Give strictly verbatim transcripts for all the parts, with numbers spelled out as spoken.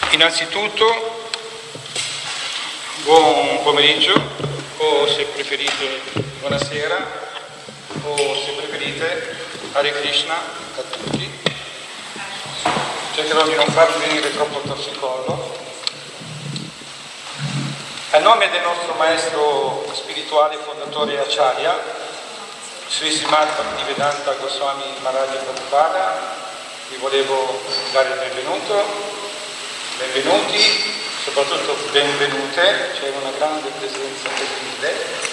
Innanzitutto, buon pomeriggio, o se preferite buonasera, o se preferite Hare Krishna a tutti. Cercherò di non farvi venire troppo torcicollo. A nome del nostro maestro spirituale fondatore Acharya, Sri Srimad Bhaktivedanta Goswami Maharaj Prabhupada, vi volevo dare il benvenuto. Benvenuti, soprattutto benvenute, c'è una grande presenza femminile.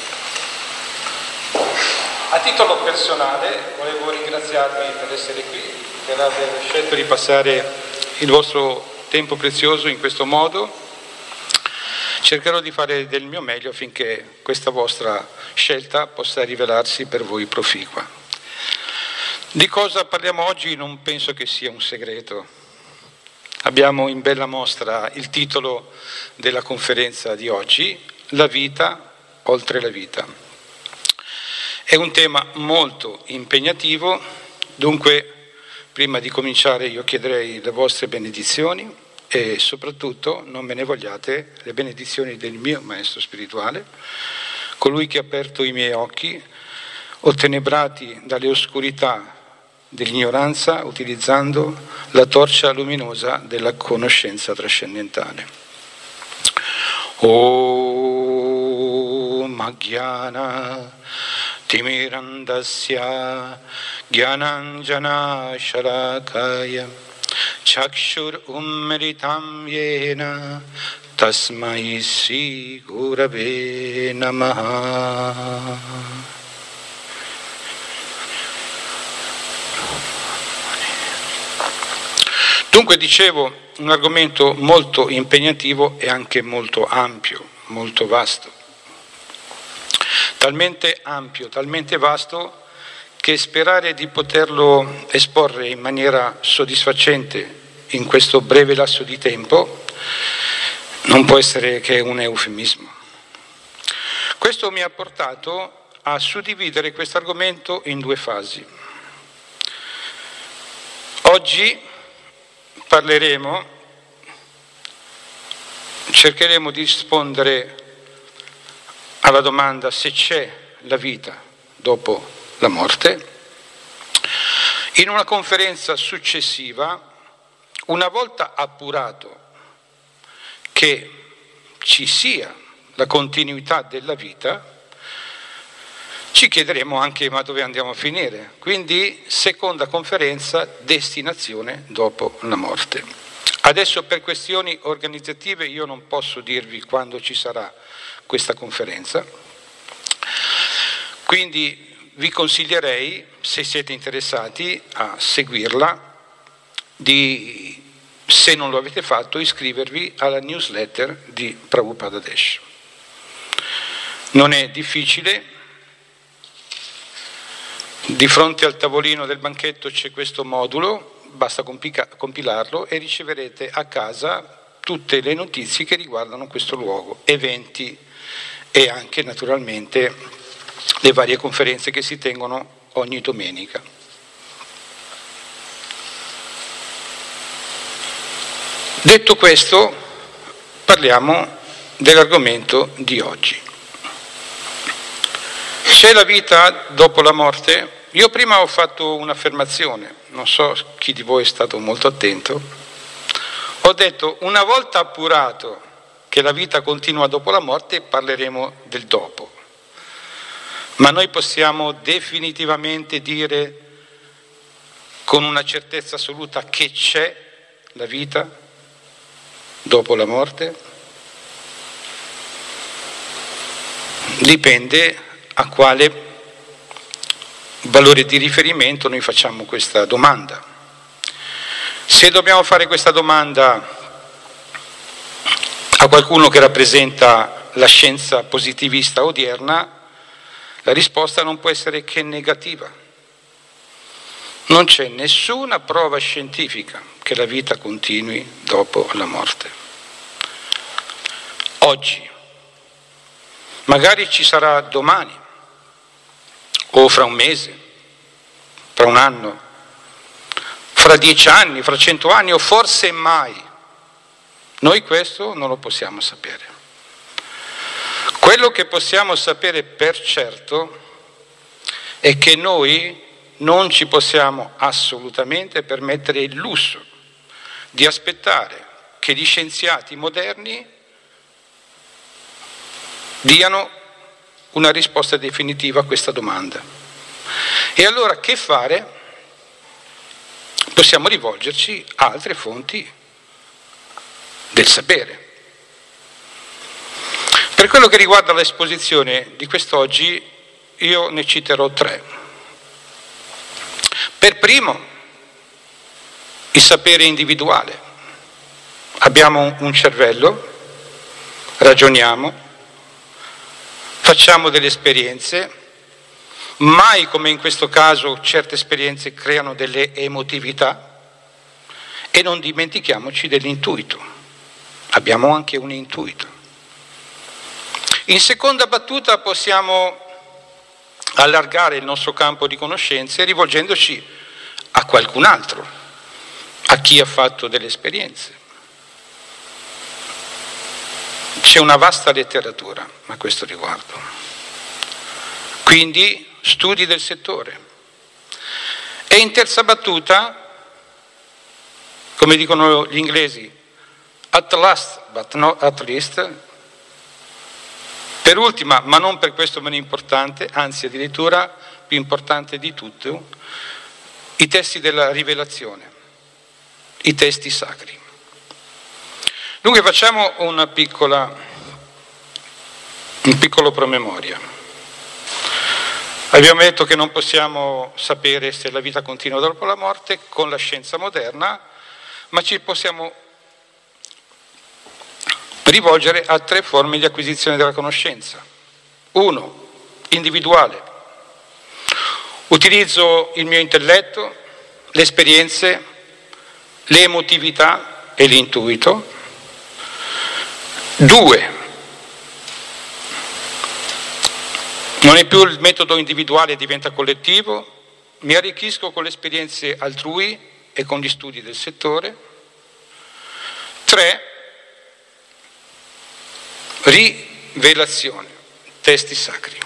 A titolo personale volevo ringraziarvi per essere qui, per aver scelto di passare il vostro tempo prezioso in questo modo. Cercherò di fare del mio meglio affinché questa vostra scelta possa rivelarsi per voi proficua. Di cosa parliamo oggi non penso che sia un segreto. Abbiamo in bella mostra il titolo della conferenza di oggi, La vita oltre la vita. È un tema molto impegnativo, dunque prima di cominciare io chiederei le vostre benedizioni e soprattutto non me ne vogliate le benedizioni del mio maestro spirituale, colui che ha aperto i miei occhi, ottenebrati dalle oscurità dell'ignoranza utilizzando la torcia luminosa della conoscenza trascendentale. Om Ajnana Timirandasya Gyananjana Shalakaya Chakshur Umritam Yena Tasmai Sri Gurave Namaha. Dunque, dicevo, un argomento molto impegnativo e anche molto ampio, molto vasto. Talmente ampio, talmente vasto, che sperare di poterlo esporre in maniera soddisfacente in questo breve lasso di tempo non può essere che un eufemismo. Questo mi ha portato a suddividere questo argomento in due fasi. Oggi parleremo, cercheremo di rispondere alla domanda se c'è la vita dopo la morte. In una conferenza successiva, una volta appurato che ci sia la continuità della vita, ci chiederemo anche ma dove andiamo a finire. Quindi, seconda conferenza, destinazione dopo la morte. Adesso per questioni organizzative io non posso dirvi quando ci sarà questa conferenza, quindi vi consiglierei, se siete interessati a seguirla, di, se non lo avete fatto, iscrivervi alla newsletter di Prabhupada Desh. Non è difficile. Di fronte al tavolino del banchetto c'è questo modulo, basta compica- compilarlo e riceverete a casa tutte le notizie che riguardano questo luogo, eventi e anche naturalmente le varie conferenze che si tengono ogni domenica. Detto questo, parliamo dell'argomento di oggi. C'è la vita dopo la morte? Io prima ho fatto un'affermazione, non so chi di voi è stato molto attento. Ho detto, una volta appurato che la vita continua dopo la morte, parleremo del dopo. Ma noi possiamo definitivamente dire con una certezza assoluta che c'è la vita dopo la morte? Dipende a quale valore di riferimento noi facciamo questa domanda. Se dobbiamo fare questa domanda a qualcuno che rappresenta la scienza positivista odierna, la risposta non può essere che negativa. Non c'è nessuna prova scientifica che la vita continui dopo la morte. Oggi, magari ci sarà domani, o fra un mese, fra un anno, fra dieci anni, fra cento anni, o forse mai. Noi questo non lo possiamo sapere. Quello che possiamo sapere per certo è che noi non ci possiamo assolutamente permettere il lusso di aspettare che gli scienziati moderni diano una risposta definitiva a questa domanda. E allora che fare? Possiamo rivolgerci a altre fonti del sapere. Per quello che riguarda l'esposizione di quest'oggi, io ne citerò tre. Per primo, il sapere individuale. Abbiamo un cervello, ragioniamo, facciamo delle esperienze, mai come in questo caso certe esperienze creano delle emotività, e non dimentichiamoci dell'intuito. Abbiamo anche un intuito. In seconda battuta possiamo allargare il nostro campo di conoscenze rivolgendoci a qualcun altro, a chi ha fatto delle esperienze. C'è una vasta letteratura a questo riguardo. Quindi studi del settore. E in terza battuta, come dicono gli inglesi, at last but not at least, per ultima, ma non per questo meno importante, anzi addirittura più importante di tutto, i testi della rivelazione, i testi sacri. Dunque facciamo una piccola, un piccolo promemoria. Abbiamo detto che non possiamo sapere se la vita continua dopo la morte con la scienza moderna, ma ci possiamo rivolgere a tre forme di acquisizione della conoscenza. Uno, individuale. Utilizzo il mio intelletto, le esperienze, le emotività e l'intuito. Due, non è più il metodo individuale, diventa collettivo, mi arricchisco con le esperienze altrui e con gli studi del settore. Tre, rivelazione, testi sacri.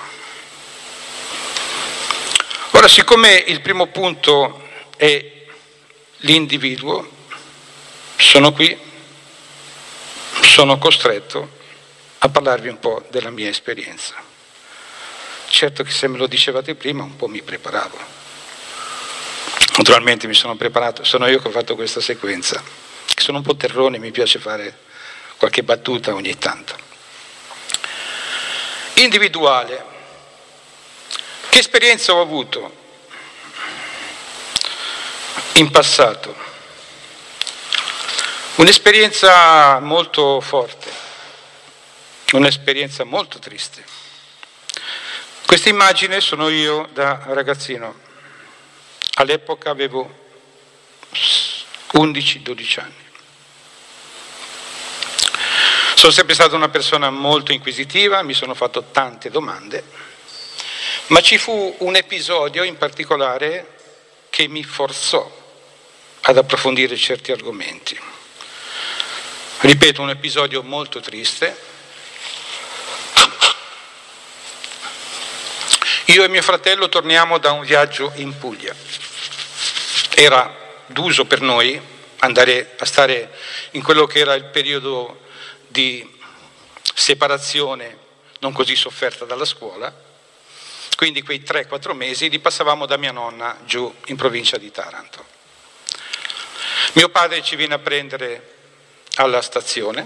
Ora, siccome il primo punto è l'individuo, sono qui, sono costretto a parlarvi un po' della mia esperienza. Certo che se me lo dicevate prima un po' mi preparavo. Naturalmente mi sono preparato, sono io che ho fatto questa sequenza. Sono un po' terrone, mi piace fare qualche battuta ogni tanto. Individuale. Che esperienza ho avuto in passato? Un'esperienza molto forte, un'esperienza molto triste. Questa immagine sono io da ragazzino. All'epoca avevo undici dodici anni. Sono sempre stata una persona molto inquisitiva, mi sono fatto tante domande, ma ci fu un episodio in particolare che mi forzò ad approfondire certi argomenti. Ripeto, un episodio molto triste. Io e mio fratello torniamo da un viaggio in Puglia. Era d'uso per noi andare a stare in quello che era il periodo di separazione non così sofferta dalla scuola, quindi quei tre quattro mesi li passavamo da mia nonna giù in provincia di Taranto. Mio padre ci viene a prendere alla stazione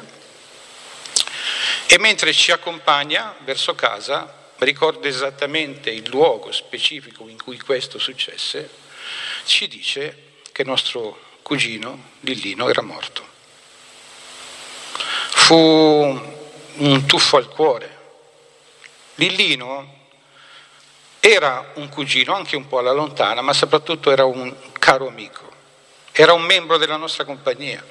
e mentre ci accompagna verso casa, ricordo esattamente il luogo specifico in cui questo successe, ci dice che nostro cugino Lillino era morto. Fu un tuffo al cuore. Lillino era un cugino, anche un po' alla lontana, ma soprattutto era un caro amico. Era un membro della nostra compagnia.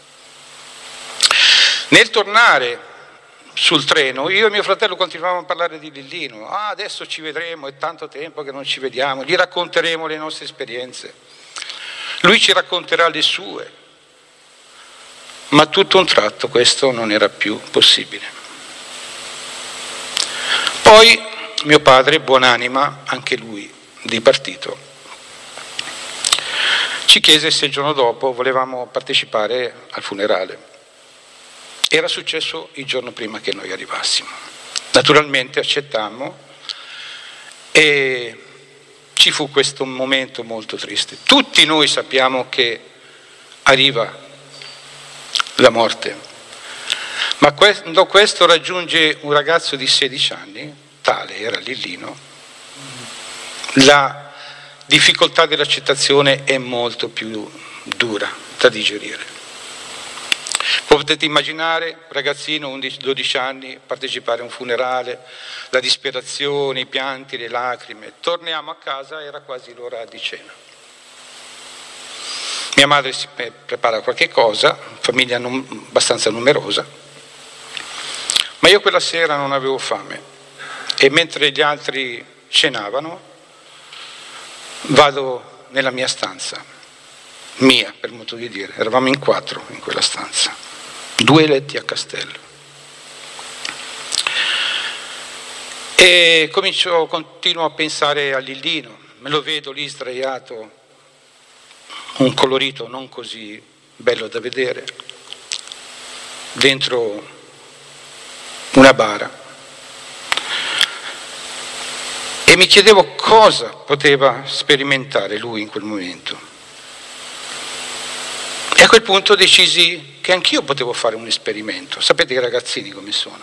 Nel tornare sul treno, io e mio fratello continuavamo a parlare di Lillino. Ah, adesso ci vedremo, è tanto tempo che non ci vediamo, gli racconteremo le nostre esperienze. Lui ci racconterà le sue. ma tutto un tratto questo non era più possibile. Poi mio padre, buonanima, anche lui di partito, ci chiese se il giorno dopo volevamo partecipare al funerale. Era successo il giorno prima che noi arrivassimo. Naturalmente accettammo e ci fu questo momento molto triste. Tutti noi sappiamo che arriva la morte, ma quando questo raggiunge un ragazzo di sedici anni, tale era Lillino, la difficoltà dell'accettazione è molto più dura da digerire. Potete immaginare, ragazzino, undici dodici anni, partecipare a un funerale, la disperazione, i pianti, le lacrime. Torniamo a casa, era quasi l'ora di cena. Mia madre si prepara qualche cosa, famiglia non, abbastanza numerosa, ma io quella sera non avevo fame e mentre gli altri cenavano vado nella mia stanza, mia per modo di dire, eravamo in quattro in quella stanza, due letti a castello. E comincio, continuo a pensare a Lillino, me lo vedo lì sdraiato, un colorito non così bello da vedere, dentro una bara. E mi chiedevo cosa poteva sperimentare lui in quel momento. E a quel punto decisi che anch'io potevo fare un esperimento. Sapete i ragazzini come sono.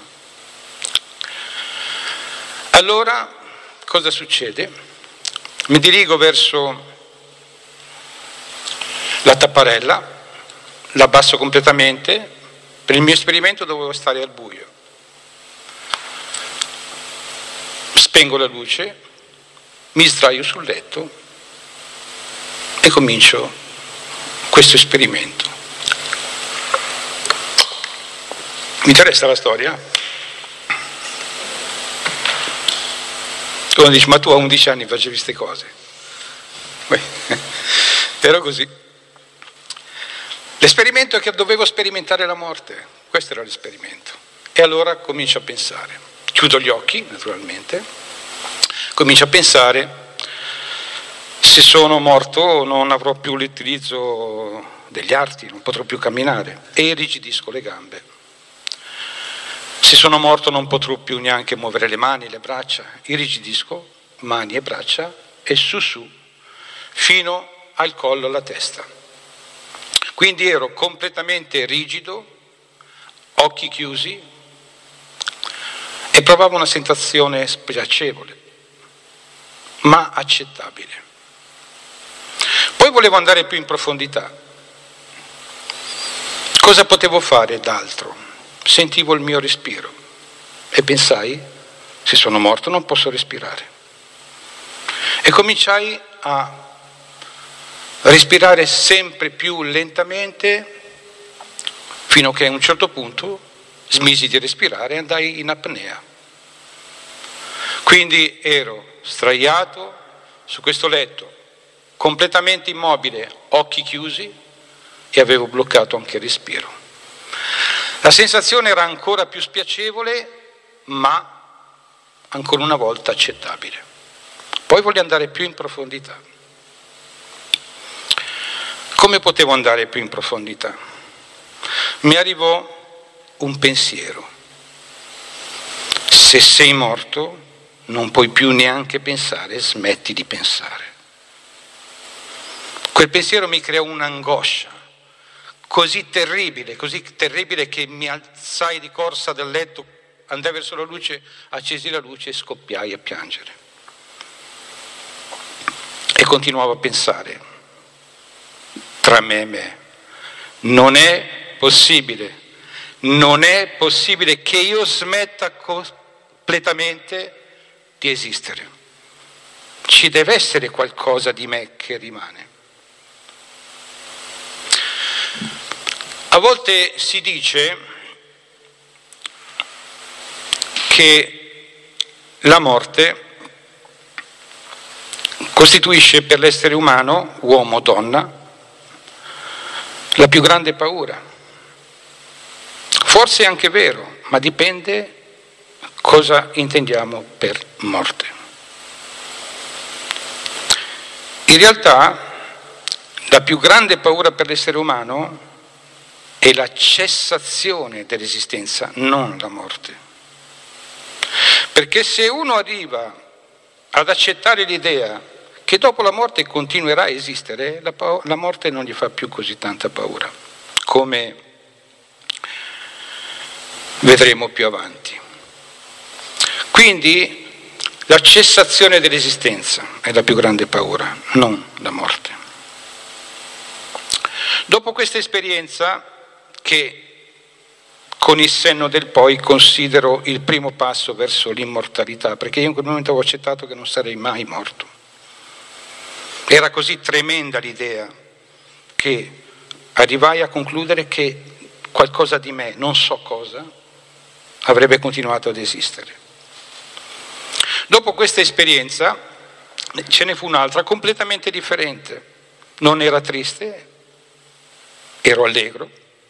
Allora, cosa succede? Mi dirigo verso la tapparella, la abbasso completamente, per il mio esperimento dovevo stare al buio. Spengo la luce, mi sdraio sul letto e comincio questo esperimento. Mi interessa la storia? Tu dici, ma tu a undici anni facevi queste cose? Beh, ero così. L'esperimento è che dovevo sperimentare la morte, questo era l'esperimento. E allora comincio a pensare, chiudo gli occhi naturalmente, comincio a pensare, se sono morto non avrò più l'utilizzo degli arti, non potrò più camminare e irrigidisco le gambe. Se sono morto non potrò più neanche muovere le mani, le braccia, irrigidisco mani e braccia e su su fino al collo, alla testa. Quindi ero completamente rigido, occhi chiusi e provavo una sensazione spiacevole, ma accettabile. Poi volevo andare più in profondità. Cosa potevo fare d'altro? Sentivo il mio respiro e pensai, se sono morto non posso respirare. E cominciai a respirare sempre più lentamente fino a che a un certo punto smisi di respirare e andai in apnea. Quindi ero sdraiato su questo letto, completamente immobile, occhi chiusi e avevo bloccato anche il respiro. La sensazione era ancora più spiacevole, ma ancora una volta accettabile. Poi voglio andare più in profondità. Come potevo andare più in profondità? Mi arrivò un pensiero. Se sei morto, non puoi più neanche pensare, smetti di pensare. Quel pensiero mi creò un'angoscia così terribile, così terribile che mi alzai di corsa dal letto, andai verso la luce, accesi la luce e scoppiai a piangere. E continuavo a pensare, tra me e me, non è possibile, non è possibile che io smetta completamente di esistere. Ci deve essere qualcosa di me che rimane. A volte si dice che la morte costituisce per l'essere umano, uomo o donna, la più grande paura. Forse è anche vero, ma dipende cosa intendiamo per morte. In realtà la più grande paura per l'essere umano è la cessazione dell'esistenza, non la morte. Perché se uno arriva ad accettare l'idea che dopo la morte continuerà a esistere, la, pa- la morte non gli fa più così tanta paura, come vedremo più avanti. Quindi la cessazione dell'esistenza è la più grande paura, non la morte. Dopo questa esperienza, che con il senno del poi considero il primo passo verso l'immortalità, perché io in quel momento avevo accettato che non sarei mai morto. Era così tremenda l'idea che arrivai a concludere che qualcosa di me, non so cosa, avrebbe continuato ad esistere. Dopo questa esperienza ce ne fu un'altra completamente differente. Non era triste, ero allegro,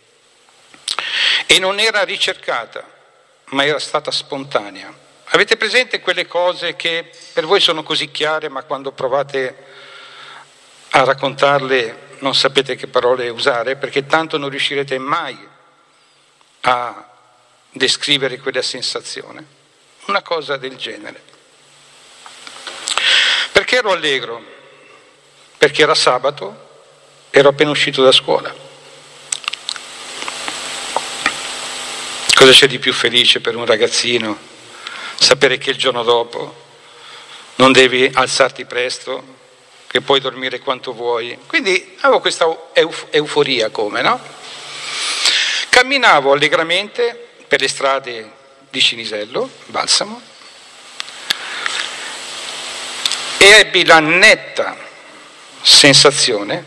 e non era ricercata, ma era stata spontanea. Avete presente quelle cose che per voi sono così chiare, ma quando provate a raccontarle non sapete che parole usare, perché tanto non riuscirete mai a descrivere quella sensazione? Una cosa del genere. Perché ero allegro? Perché era sabato, ero appena uscito da scuola. Cosa c'è di più felice per un ragazzino? Sapere che il giorno dopo non devi alzarti presto, che puoi dormire quanto vuoi. Quindi avevo questa euf- euforia come, no? Camminavo allegramente per le strade di Cinisello, Balsamo, e ebbi la netta sensazione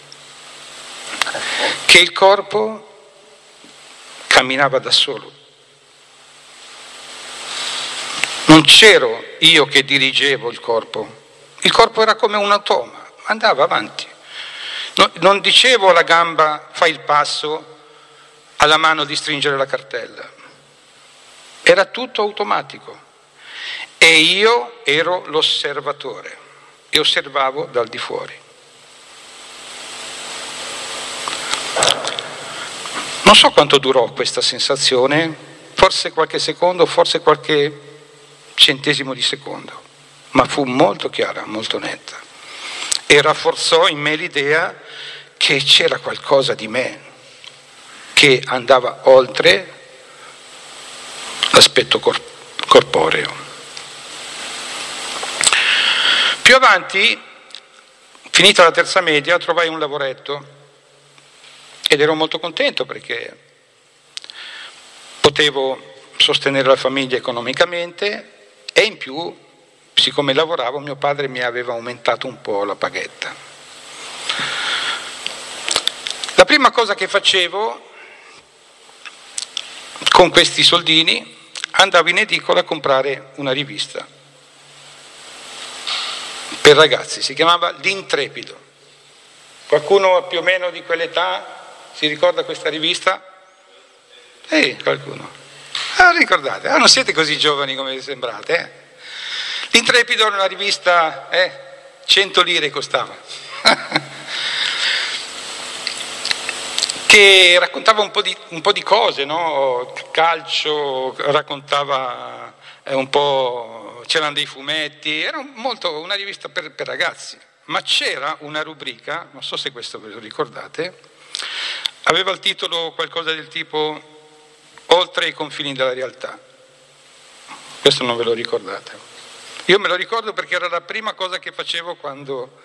che il corpo camminava da solo. Non c'ero io che dirigevo il corpo, il corpo era come un automa, andava avanti. No, non dicevo alla gamba fai il passo, alla mano di stringere la cartella, era tutto automatico e io ero l'osservatore e osservavo dal di fuori. Non so quanto durò questa sensazione, forse qualche secondo, forse qualche centesimo di secondo, ma fu molto chiara, molto netta e rafforzò in me l'idea che c'era qualcosa di me che andava oltre l'aspetto corp- corporeo. Più avanti, finita la terza media, trovai un lavoretto ed ero molto contento perché potevo sostenere la famiglia economicamente e in più, siccome lavoravo, mio padre mi aveva aumentato un po' la paghetta. La prima cosa che facevo con questi soldini, andavo in edicola a comprare una rivista per ragazzi, si chiamava L'Intrepido. Qualcuno più o meno di quell'età si ricorda questa rivista? Ehi, qualcuno. Ah, ricordate? Ah, non siete così giovani come sembrate, eh? L'Intrepido era una rivista, eh? cento lire costava. Che raccontava un po' di, un po' di cose, no? Calcio, raccontava eh, un po', c'erano dei fumetti, era molto una rivista per, per ragazzi, ma c'era una rubrica, non so se questo ve lo ricordate, aveva il titolo qualcosa del tipo Oltre i confini della realtà. Questo non ve lo ricordate? Io me lo ricordo perché era la prima cosa che facevo quando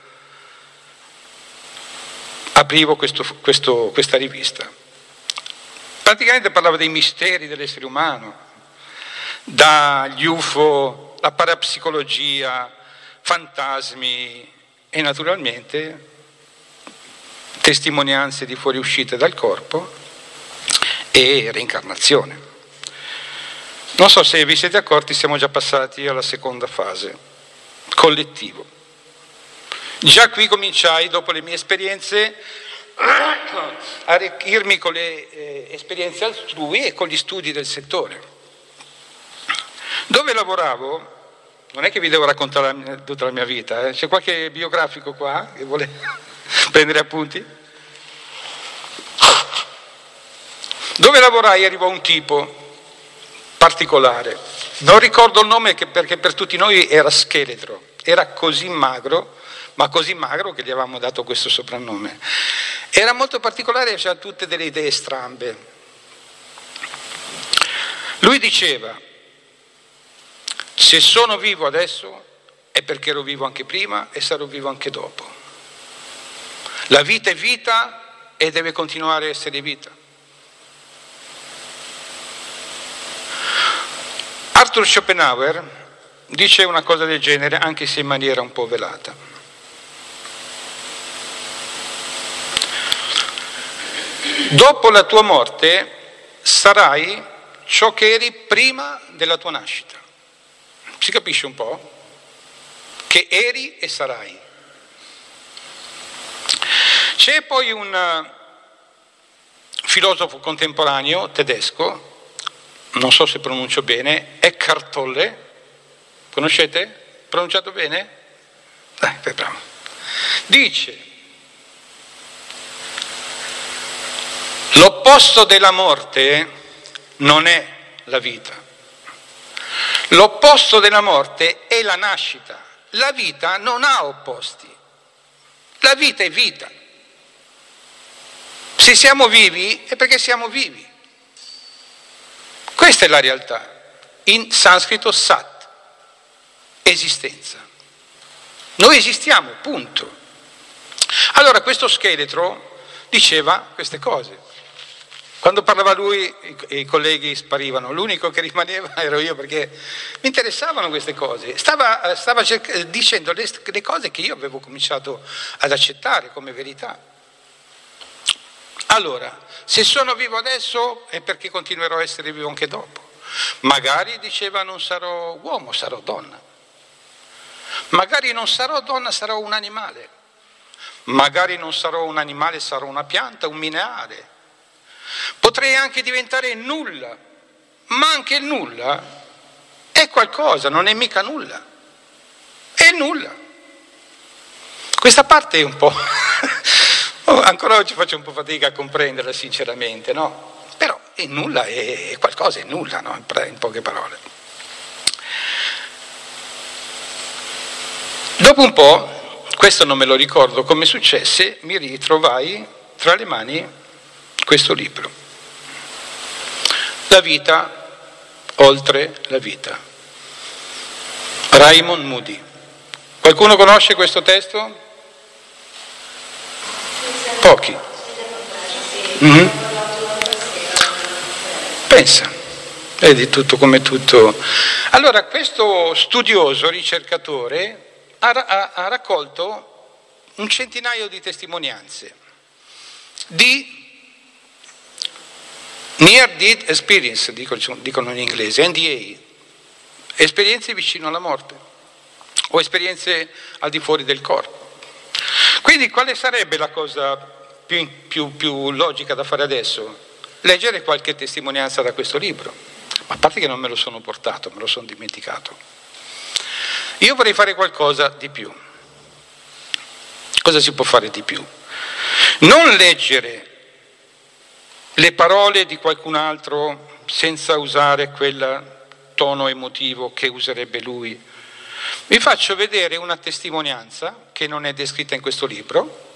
aprivo questo, questo, questa rivista. Praticamente parlava dei misteri dell'essere umano, dagli U F O, la parapsicologia, fantasmi e naturalmente testimonianze di fuoriuscite dal corpo e reincarnazione. Non so se vi siete accorti, siamo già passati alla seconda fase, collettivo. Già qui cominciai, dopo le mie esperienze, arricchirmi con le eh, esperienze altrui e con gli studi del settore. Dove lavoravo, non è che vi devo raccontare la mia, tutta la mia vita, eh? C'è qualche biografico qua che vuole prendere appunti? Dove lavorai arrivò un tipo particolare, non ricordo il nome perché per tutti noi era scheletro, era così magro, ma così magro che gli avevamo dato questo soprannome. Era molto particolare e aveva tutte delle idee strambe. Lui diceva: se sono vivo adesso è perché ero vivo anche prima e sarò vivo anche dopo. La vita è vita e deve continuare a essere vita. Arthur Schopenhauer dice una cosa del genere, anche se in maniera un po' velata. Dopo la tua morte sarai ciò che eri prima della tua nascita. Si capisce un po'? Che eri e sarai. C'è poi un filosofo contemporaneo tedesco, non so se pronuncio bene, Eckhart Tolle, conoscete? Pronunciato bene? Dai, beh, bravo. Dice: l'opposto della morte non è la vita. L'opposto della morte è la nascita. La vita non ha opposti. La vita è vita. Se siamo vivi è perché siamo vivi. Questa è la realtà. In sanscrito sat, esistenza. Noi esistiamo, punto. Allora questo scheletro diceva queste cose. Quando parlava lui i, i colleghi sparivano, l'unico che rimaneva ero io perché mi interessavano queste cose. Stava, stava cerc- dicendo le, le cose che io avevo cominciato ad accettare come verità. Allora, se sono vivo adesso è perché continuerò a essere vivo anche dopo. Magari diceva non sarò uomo, sarò donna. Magari non sarò donna, sarò un animale. Magari non sarò un animale, sarò una pianta, un minerale. Potrei anche diventare nulla, ma anche il nulla è qualcosa, non è mica nulla. È nulla. Questa parte è un po'... ancora oggi faccio un po' fatica a comprenderla sinceramente, no? Però è nulla, è qualcosa, è nulla, no? In poche parole. Dopo un po', questo non me lo ricordo come successe, mi ritrovai tra le mani questo libro. La vita oltre la vita. Raymond Moody. Qualcuno conosce questo testo? Pochi. Mm-hmm. Pensa, vedi tutto come tutto. Allora, questo studioso, ricercatore, ha, ha, ha raccolto un centinaio di testimonianze di near death experience, dicono in inglese, N D A, esperienze vicino alla morte o esperienze al di fuori del corpo. Quindi quale sarebbe la cosa più, più, più logica da fare adesso? Leggere qualche testimonianza da questo libro, a parte che non me lo sono portato, me lo sono dimenticato. Io vorrei fare qualcosa di più. Cosa si può fare di più? Non leggere le parole di qualcun altro senza usare quel tono emotivo che userebbe lui. Vi faccio vedere una testimonianza che non è descritta in questo libro,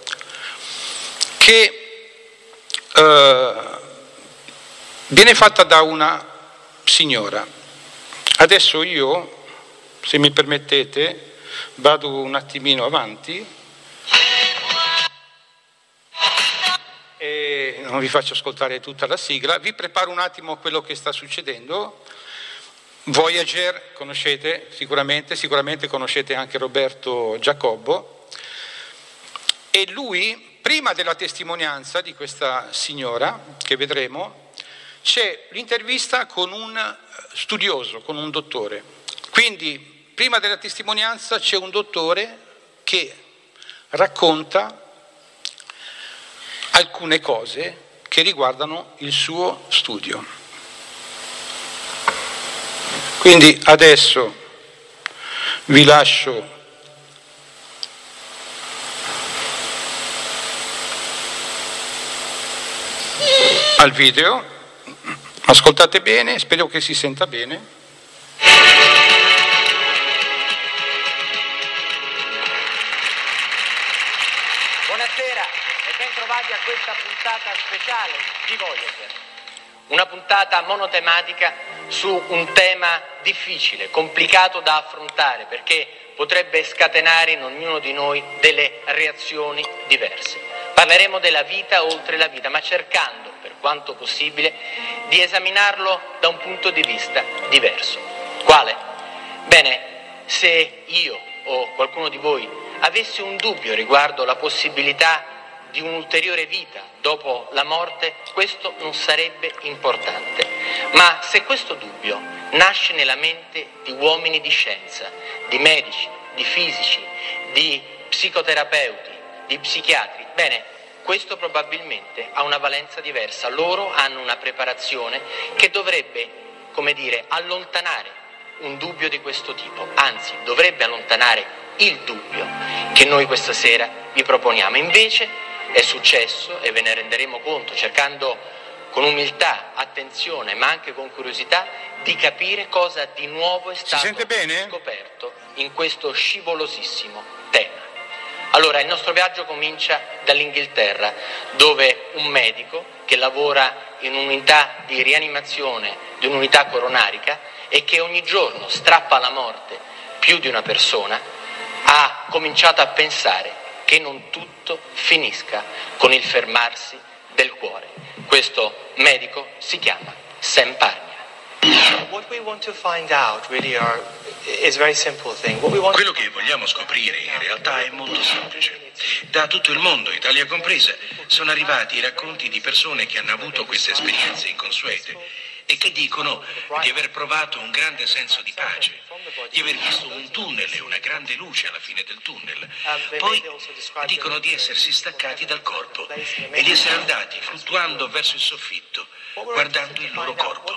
che eh, viene fatta da una signora. Adesso io, se mi permettete, vado un attimino avanti e non vi faccio ascoltare tutta la sigla, vi preparo un attimo quello che sta succedendo. Voyager conoscete sicuramente, sicuramente conoscete anche Roberto Giacobbo, e lui, prima della testimonianza di questa signora che vedremo, c'è l'intervista con un studioso, con un dottore. Quindi prima della testimonianza c'è un dottore che racconta alcune cose che riguardano il suo studio. Quindi adesso vi lascio al video, ascoltate bene, spero che si senta bene. Buonasera e ben trovati a questa puntata speciale di Voyager. Una puntata monotematica su un tema difficile, complicato da affrontare, perché potrebbe scatenare in ognuno di noi delle reazioni diverse. Parleremo della vita oltre la vita, ma cercando, per quanto possibile, di esaminarlo da un punto di vista diverso. Quale? Bene, se io o qualcuno di voi avesse un dubbio riguardo la possibilità di un'ulteriore vita dopo la morte, questo non sarebbe importante. Ma se questo dubbio nasce nella mente di uomini di scienza, di medici, di fisici, di psicoterapeuti, di psichiatri, bene, questo probabilmente ha una valenza diversa. Loro hanno una preparazione che dovrebbe, come dire, allontanare un dubbio di questo tipo, anzi dovrebbe allontanare il dubbio che noi questa sera vi proponiamo. Invece è successo, e ve ne renderemo conto cercando con umiltà, attenzione ma anche con curiosità di capire cosa di nuovo è stato scoperto in questo scivolosissimo tema. Allora, il nostro viaggio comincia dall'Inghilterra, dove un medico che lavora in un'unità di rianimazione di un'unità coronarica e che ogni giorno strappa alla morte più di una persona, ha cominciato a pensare che non tutto finisca con il fermarsi del cuore. Questo medico si chiama Sam Parnia. Quello che vogliamo scoprire in realtà è molto semplice. Da tutto il mondo, Italia compresa, sono arrivati i racconti di persone che hanno avuto queste esperienze inconsuete e che dicono di aver provato un grande senso di pace, di aver visto un tunnel e una grande luce alla fine del tunnel. Poi dicono di essersi staccati dal corpo e di essere andati fluttuando verso il soffitto, guardando il loro corpo.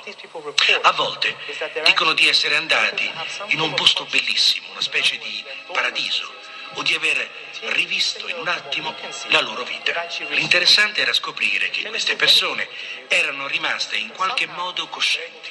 A volte dicono di essere andati in un posto bellissimo, una specie di paradiso, o di aver rivisto in un attimo la loro vita. L'interessante era scoprire che queste persone erano rimaste in qualche modo coscienti.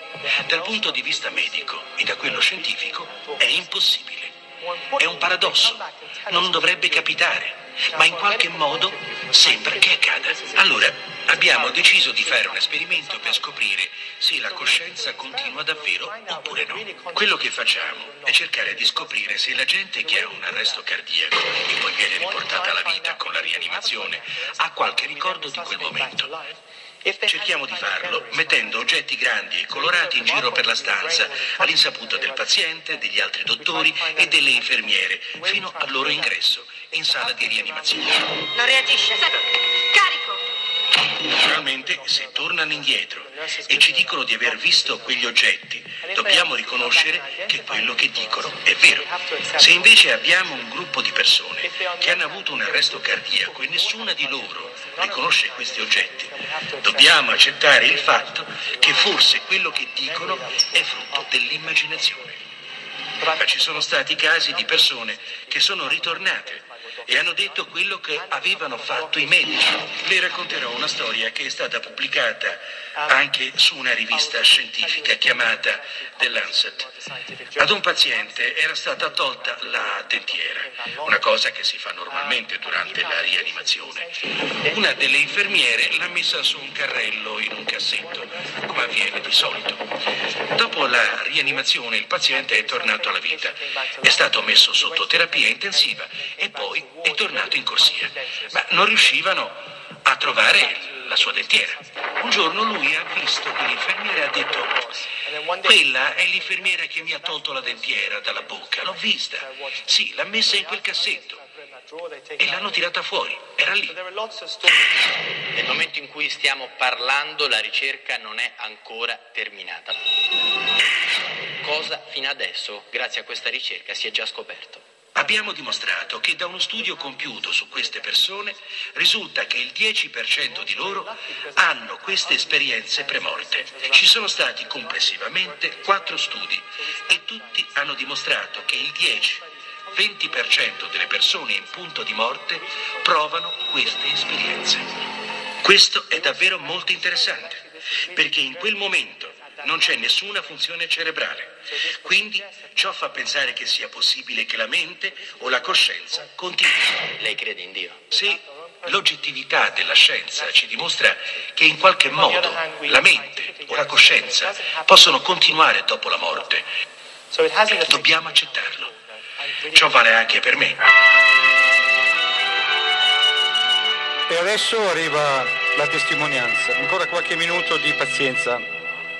Dal punto di vista medico e da quello scientifico è impossibile. È un paradosso, non dovrebbe capitare, ma in qualche modo sembra che accada. Allora abbiamo deciso di fare un esperimento per scoprire se la coscienza continua davvero oppure no. Quello che facciamo è cercare di scoprire se la gente che ha un arresto cardiaco e poi viene riportata alla vita con la rianimazione ha qualche ricordo di quel momento. Cerchiamo di farlo mettendo oggetti grandi e colorati in giro per la stanza, all'insaputa del paziente, degli altri dottori e delle infermiere, fino al loro ingresso in sala di rianimazione. Non reagisce. Carico! Naturalmente, se tornano indietro e ci dicono di aver visto quegli oggetti, dobbiamo riconoscere che quello che dicono è vero. Se invece abbiamo un gruppo di persone che hanno avuto un arresto cardiaco e nessuna di loro riconosce questi oggetti, dobbiamo accettare il fatto che forse quello che dicono è frutto dell'immaginazione. Ma ci sono stati casi di persone che sono ritornate e hanno detto quello che avevano fatto i medici. Le racconterò una storia che è stata pubblicata anche su una rivista scientifica chiamata The Lancet. Ad un paziente era stata tolta la dentiera, una cosa che si fa normalmente durante la rianimazione. Una delle infermiere l'ha messa su un carrello in un cassetto, come avviene di solito. Dopo la rianimazione il paziente è tornato alla vita, è stato messo sotto terapia intensiva e poi è tornato in corsia, ma non riuscivano a trovare la sua dentiera. Un giorno lui ha visto che l'infermiera ha detto: quella è l'infermiera che mi ha tolto la dentiera dalla bocca, l'ho vista, sì, l'ha messa in quel cassetto e l'hanno tirata fuori, era lì. Nel momento in cui stiamo parlando la ricerca non è ancora terminata. Cosa fino adesso, grazie a questa ricerca, si è già scoperto? Abbiamo dimostrato che da uno studio compiuto su queste persone risulta che il dieci per cento di loro hanno queste esperienze premorte. Ci sono stati complessivamente quattro studi e tutti hanno dimostrato che il dieci venti per cento delle persone in punto di morte provano queste esperienze. Questo è davvero molto interessante, perché in quel momento non c'è nessuna funzione cerebrale. Quindi ciò fa pensare che sia possibile che la mente o la coscienza continui. Lei crede in Dio? Sì, l'oggettività della scienza ci dimostra che in qualche modo la mente o la coscienza possono continuare dopo la morte. Dobbiamo accettarlo. Ciò vale anche per me. E adesso arriva la testimonianza. Ancora qualche minuto di pazienza.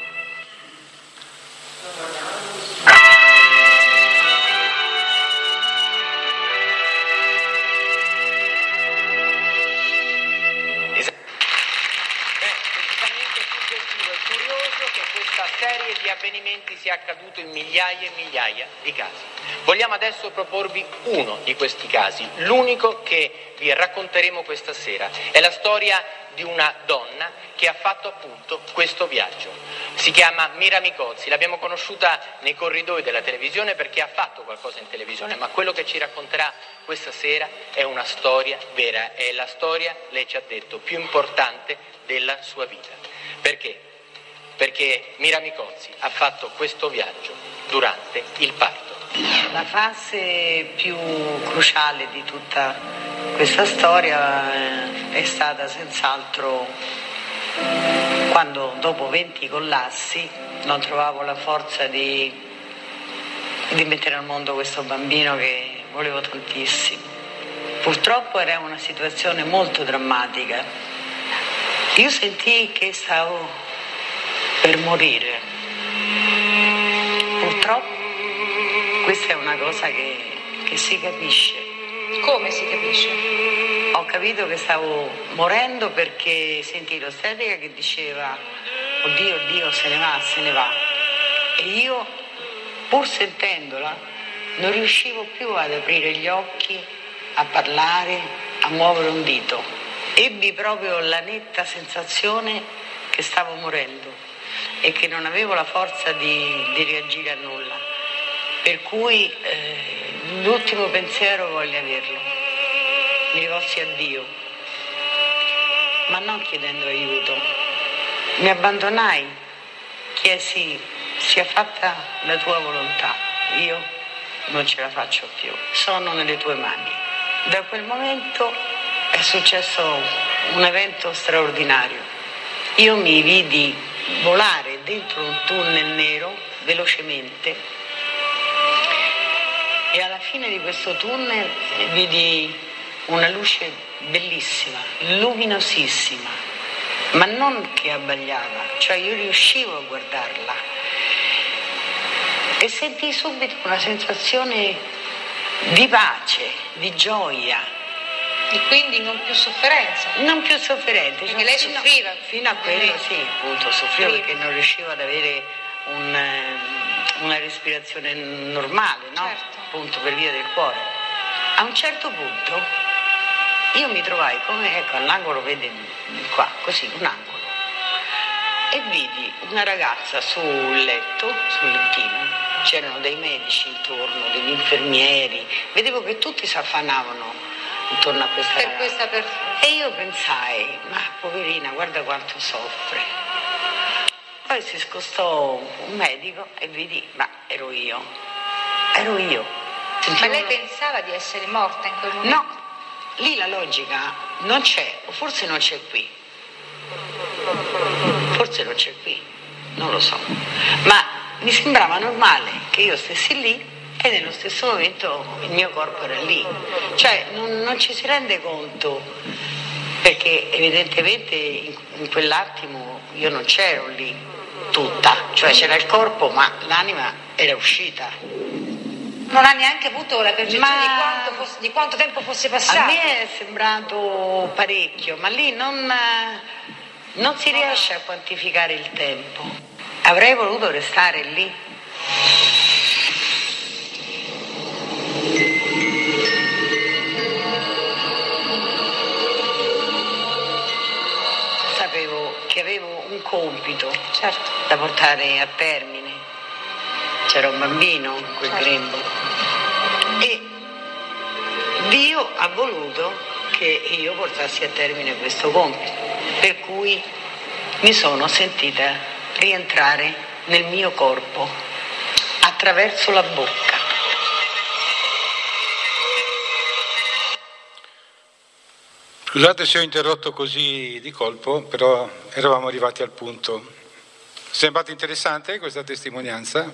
Serie di avvenimenti sia accaduto in migliaia e migliaia di casi. Vogliamo adesso proporvi uno di questi casi, l'unico che vi racconteremo questa sera. È la storia di una donna che ha fatto appunto questo viaggio. Si chiama Mira Micozzi, l'abbiamo conosciuta nei corridoi della televisione perché ha fatto qualcosa in televisione, ma quello che ci racconterà questa sera è una storia vera, è la storia, lei ci ha detto, più importante della sua vita. Perché? Perché Mira Micozzi ha fatto questo viaggio durante il parto. La fase più cruciale di tutta questa storia è stata senz'altro quando dopo venti collassi non trovavo la forza di, di mettere al mondo questo bambino che volevo tantissimo. Purtroppo era una situazione molto drammatica. Io sentii che stavo per morire. Purtroppo questa è una cosa che, che si capisce. Come si capisce? Ho capito che stavo morendo perché sentii l'ostetrica che diceva oddio, oddio, se ne va, se ne va. E io, pur sentendola, non riuscivo più ad aprire gli occhi, a parlare, a muovere un dito. Ebbi proprio la netta sensazione che stavo morendo e che non avevo la forza di, di reagire a nulla, per cui eh, l'ultimo pensiero voglio averlo. Mi rivolsi a Dio, ma non chiedendo aiuto. Mi abbandonai, chiesi sia fatta la tua volontà, io non ce la faccio più, sono nelle tue mani. Da quel momento è successo un evento straordinario. Io mi vidi volare dentro un tunnel nero velocemente e alla fine di questo tunnel vidi una luce bellissima, luminosissima, ma non che abbagliava, cioè io riuscivo a guardarla e sentii subito una sensazione di pace, di gioia. E quindi non più sofferenza? Non più sofferente. Perché lei fino, soffriva? Fino a quello sì, appunto, soffrivo perché non riuscivo ad avere un, una respirazione normale, no? Certo. Appunto per via del cuore. A un certo punto io mi trovai come, ecco, all'angolo, vede qua, così, un angolo. E vidi una ragazza sul letto, sul lettino, c'erano dei medici intorno, degli infermieri, vedevo che tutti si affannavano intorno a questa per ragazza. questa persona. E io pensai, ma poverina, guarda quanto soffre. Poi si scostò un medico e vidi, ma ero io, ero io. Ma lei pensava di essere morta in quel momento? No, lì la logica non c'è, o forse non c'è qui. Forse non c'è qui, non lo so. Ma mi sembrava normale che io stessi lì e nello stesso momento il mio corpo era lì. Cioè non, non ci si rende conto, perché evidentemente in, in quell'attimo io non c'ero lì tutta, cioè c'era il corpo ma l'anima era uscita. Non ha neanche avuto la percezione Ma di, quanto fosse, di quanto tempo fosse passato? A me è sembrato parecchio, ma lì non, non si riesce a quantificare il tempo. Avrei voluto restare lì. compito Certo. da portare a termine. C'era un bambino in quel Certo. grembo e Dio ha voluto che io portassi a termine questo compito, per cui mi sono sentita rientrare nel mio corpo attraverso la bocca. Scusate se ho interrotto così di colpo, però eravamo arrivati al punto. Sembrata interessante questa testimonianza?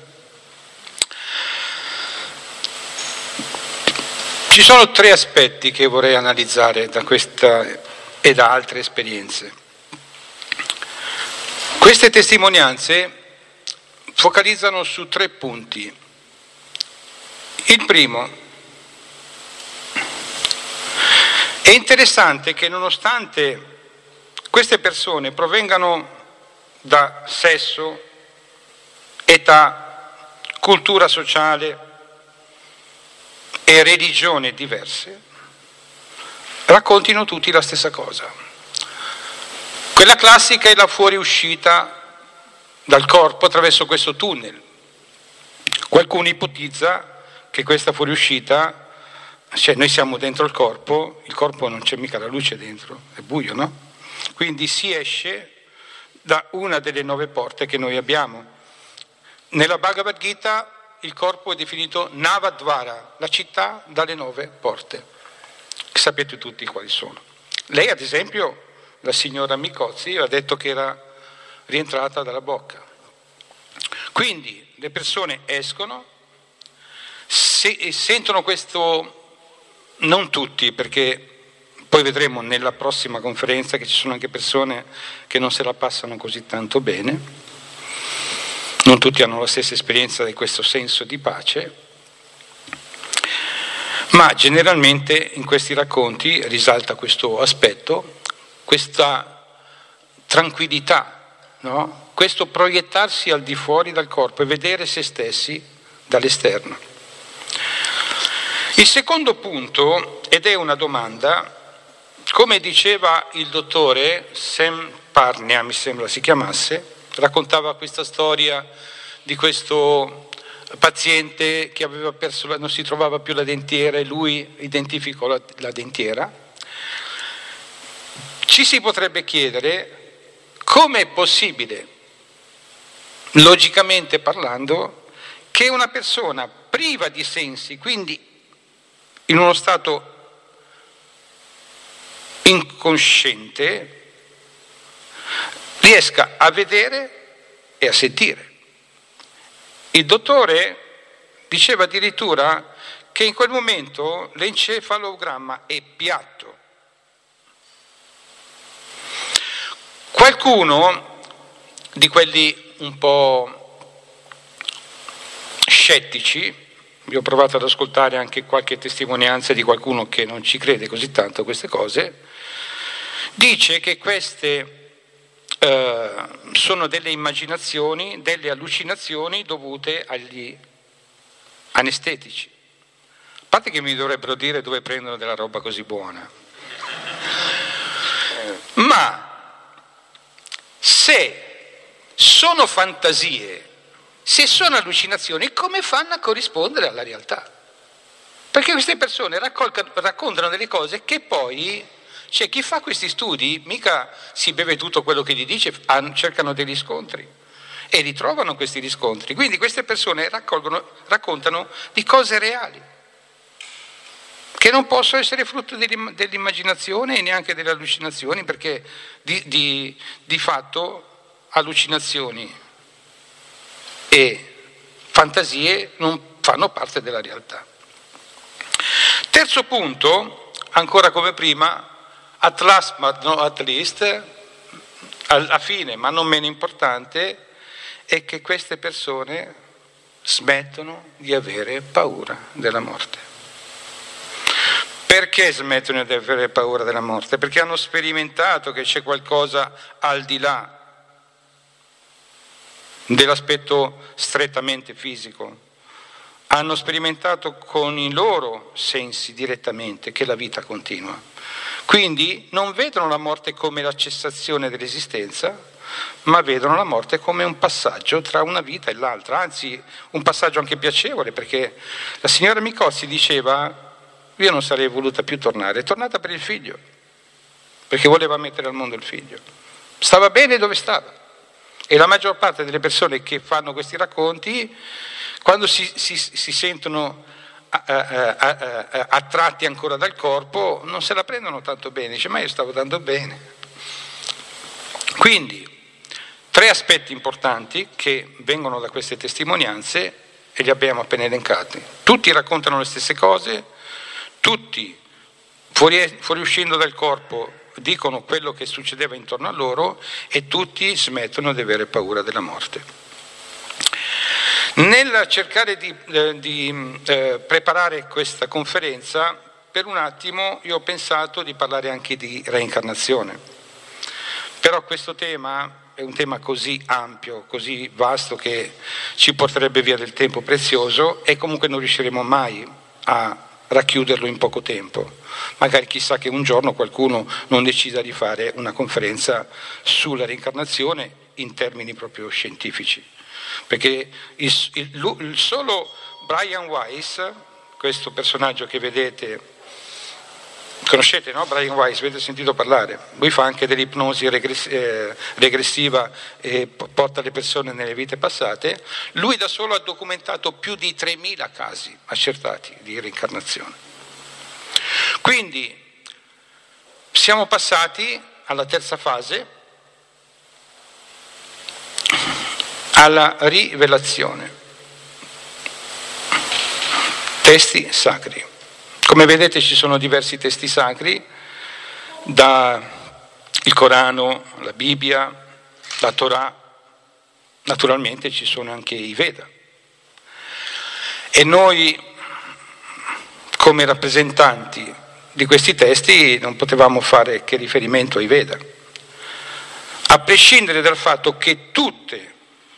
Ci sono tre aspetti che vorrei analizzare da questa e da altre esperienze. Queste testimonianze focalizzano su tre punti. Il primo: è interessante che nonostante queste persone provengano da sesso, età, cultura sociale e religioni diverse, raccontino tutti la stessa cosa. Quella classica è la fuoriuscita dal corpo attraverso questo tunnel. Qualcuno ipotizza che questa fuoriuscita, cioè noi siamo dentro il corpo, il corpo non c'è mica la luce dentro, è buio, no? Quindi si esce da una delle nove porte che noi abbiamo. Nella Bhagavad Gita il corpo è definito Navadvara, la città dalle nove porte. Sapete tutti quali sono. Lei, ad esempio, la signora Micozzi, ha detto che era rientrata dalla bocca. Quindi le persone escono, se, sentono questo. Non tutti, perché poi vedremo nella prossima conferenza che ci sono anche persone che non se la passano così tanto bene, non tutti hanno la stessa esperienza di questo senso di pace, ma generalmente in questi racconti risalta questo aspetto, questa tranquillità, no? Questo proiettarsi al di fuori dal corpo e vedere se stessi dall'esterno. Il secondo punto, ed è una domanda, come diceva il dottore Sam Parnia, mi sembra si chiamasse, raccontava questa storia di questo paziente che aveva perso la, non si trovava più la dentiera e lui identificò la, la dentiera. Ci si potrebbe chiedere come è possibile, logicamente parlando, che una persona priva di sensi, quindi in uno stato incosciente, riesca a vedere e a sentire. Il dottore diceva addirittura che in quel momento l'encefalogramma è piatto. Qualcuno di quelli un po' scettici, io ho provato ad ascoltare anche qualche testimonianza di qualcuno che non ci crede così tanto a queste cose, dice che queste eh, sono delle immaginazioni, delle allucinazioni dovute agli anestetici. A parte che mi dovrebbero dire dove prendono della roba così buona. Ma se sono fantasie, se sono allucinazioni, come fanno a corrispondere alla realtà? Perché queste persone raccontano delle cose che poi, cioè chi fa questi studi mica si beve tutto quello che gli dice, cercano dei riscontri e ritrovano questi riscontri. Quindi queste persone raccontano di cose reali, che non possono essere frutto dell'immaginazione e neanche delle allucinazioni, perché di, di, di fatto allucinazioni e fantasie non fanno parte della realtà. Terzo punto, ancora come prima, at last but not at least, alla fine ma non meno importante, è che queste persone smettono di avere paura della morte. Perché smettono di avere paura della morte? Perché hanno sperimentato che c'è qualcosa al di là dell'aspetto strettamente fisico. Hanno sperimentato con i loro sensi direttamente che la vita continua. Quindi non vedono la morte come la cessazione dell'esistenza, ma vedono la morte come un passaggio tra una vita e l'altra, anzi un passaggio anche piacevole, perché la signora Micozzi diceva: io non sarei voluta più tornare, è tornata per il figlio, perché voleva mettere al mondo il figlio, stava bene dove stava. E la maggior parte delle persone che fanno questi racconti, quando si, si, si sentono a, a, a, a, attratti ancora dal corpo, non se la prendono tanto bene, dice: ma io stavo tanto bene. Quindi tre aspetti importanti che vengono da queste testimonianze e li abbiamo appena elencati. Tutti raccontano le stesse cose, tutti fuori, fuoriuscendo dal corpo dicono quello che succedeva intorno a loro e tutti smettono di avere paura della morte. Nel cercare di, eh, di eh, preparare questa conferenza, per un attimo io ho pensato di parlare anche di reincarnazione, però questo tema è un tema così ampio, così vasto, che ci porterebbe via del tempo prezioso e comunque non riusciremo mai a racchiuderlo in poco tempo. Magari chissà che un giorno qualcuno non decida di fare una conferenza sulla reincarnazione in termini proprio scientifici, perché il, il, il solo Brian Weiss, questo personaggio che vedete, conoscete, no? Brian Weiss, avete sentito parlare? Lui fa anche dell'ipnosi regress- eh, regressiva e porta le persone nelle vite passate. Lui da solo ha documentato più di tremila casi accertati di reincarnazione. Quindi siamo passati alla terza fase, alla rivelazione. Testi sacri. Come vedete ci sono diversi testi sacri, da il Corano, la Bibbia, la Torah, naturalmente ci sono anche i Veda. E noi, come rappresentanti di questi testi, non potevamo fare che riferimento ai Veda, a prescindere dal fatto che tutte,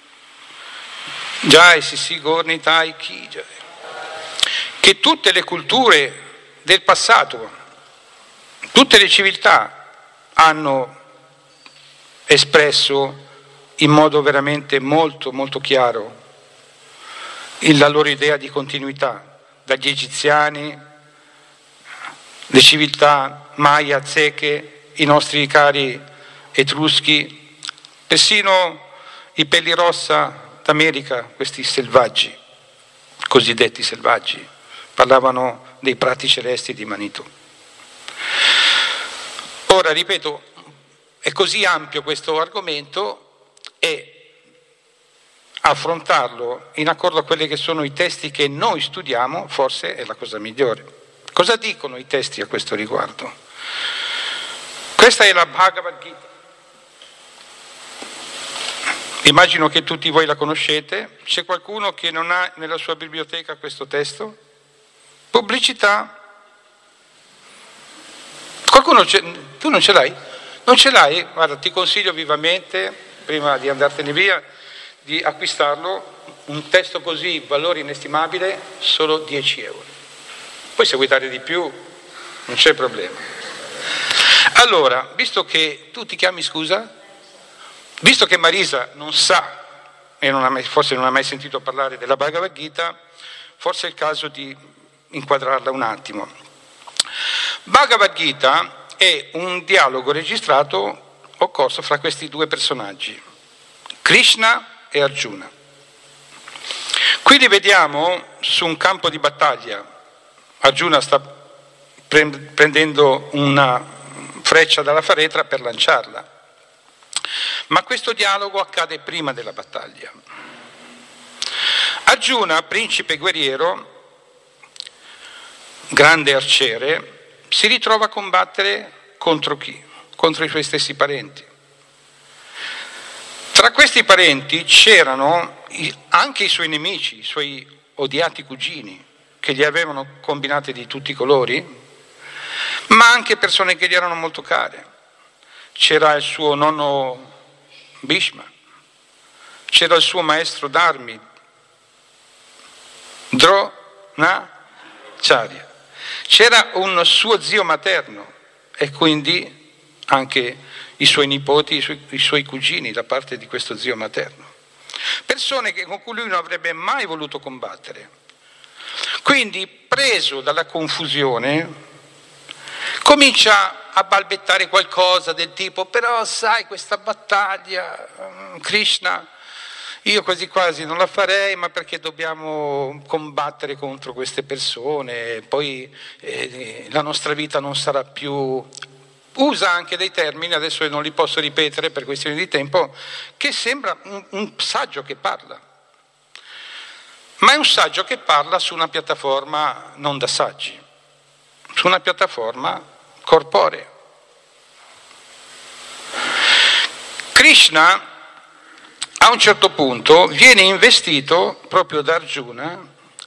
Jai, Sissi, Gorni, Tai, Ki, che tutte le culture del passato, tutte le civiltà hanno espresso in modo veramente molto molto chiaro la loro idea di continuità, dagli egiziani, le civiltà Maya, Azteche, i nostri cari etruschi, persino i pellirossa d'America, questi selvaggi, cosiddetti selvaggi, parlavano dei prati celesti di Manitou. Ora, ripeto, è così ampio questo argomento e affrontarlo in accordo a quelli che sono i testi che noi studiamo forse è la cosa migliore. Cosa dicono i testi a questo riguardo? Questa è la Bhagavad Gita. Immagino che tutti voi la conoscete. C'è qualcuno che non ha nella sua biblioteca questo testo? Pubblicità. Qualcuno c'è? Tu non ce l'hai? Non ce l'hai? Guarda, ti consiglio vivamente, prima di andartene via, di acquistarlo. Un testo così, valore inestimabile, solo dieci euro. Poi se vuoi dare di più, non c'è problema. Allora, visto che tu ti chiami, scusa? Visto che Marisa non sa, e non ha mai, forse non ha mai sentito parlare della Bhagavad Gita, forse è il caso di inquadrarla un attimo. Bhagavad Gita è un dialogo registrato occorso fra questi due personaggi, Krishna e Arjuna. Qui li vediamo su un campo di battaglia. Arjuna sta prendendo una freccia dalla faretra per lanciarla. Ma questo dialogo accade prima della battaglia. Arjuna, principe guerriero, grande arciere, si ritrova a combattere contro chi? Contro i suoi stessi parenti. Tra questi parenti c'erano anche i suoi nemici, i suoi odiati cugini, che gli avevano combinate di tutti i colori, ma anche persone che gli erano molto care. C'era il suo nonno Bhishma, c'era il suo maestro d'armi, Dronacharya, c'era un suo zio materno e quindi anche i suoi nipoti, i suoi, i suoi cugini da parte di questo zio materno. Persone che, con cui lui non avrebbe mai voluto combattere. Quindi, preso dalla confusione, comincia a balbettare qualcosa del tipo: però sai, questa battaglia, Krishna, io quasi quasi non la farei, ma perché dobbiamo combattere contro queste persone, poi eh, la nostra vita non sarà più... Usa anche dei termini, adesso non li posso ripetere per questioni di tempo, che sembra un, un saggio che parla. Ma è un saggio che parla su una piattaforma non da saggi, su una piattaforma corporea. Krishna a un certo punto viene investito proprio da Arjuna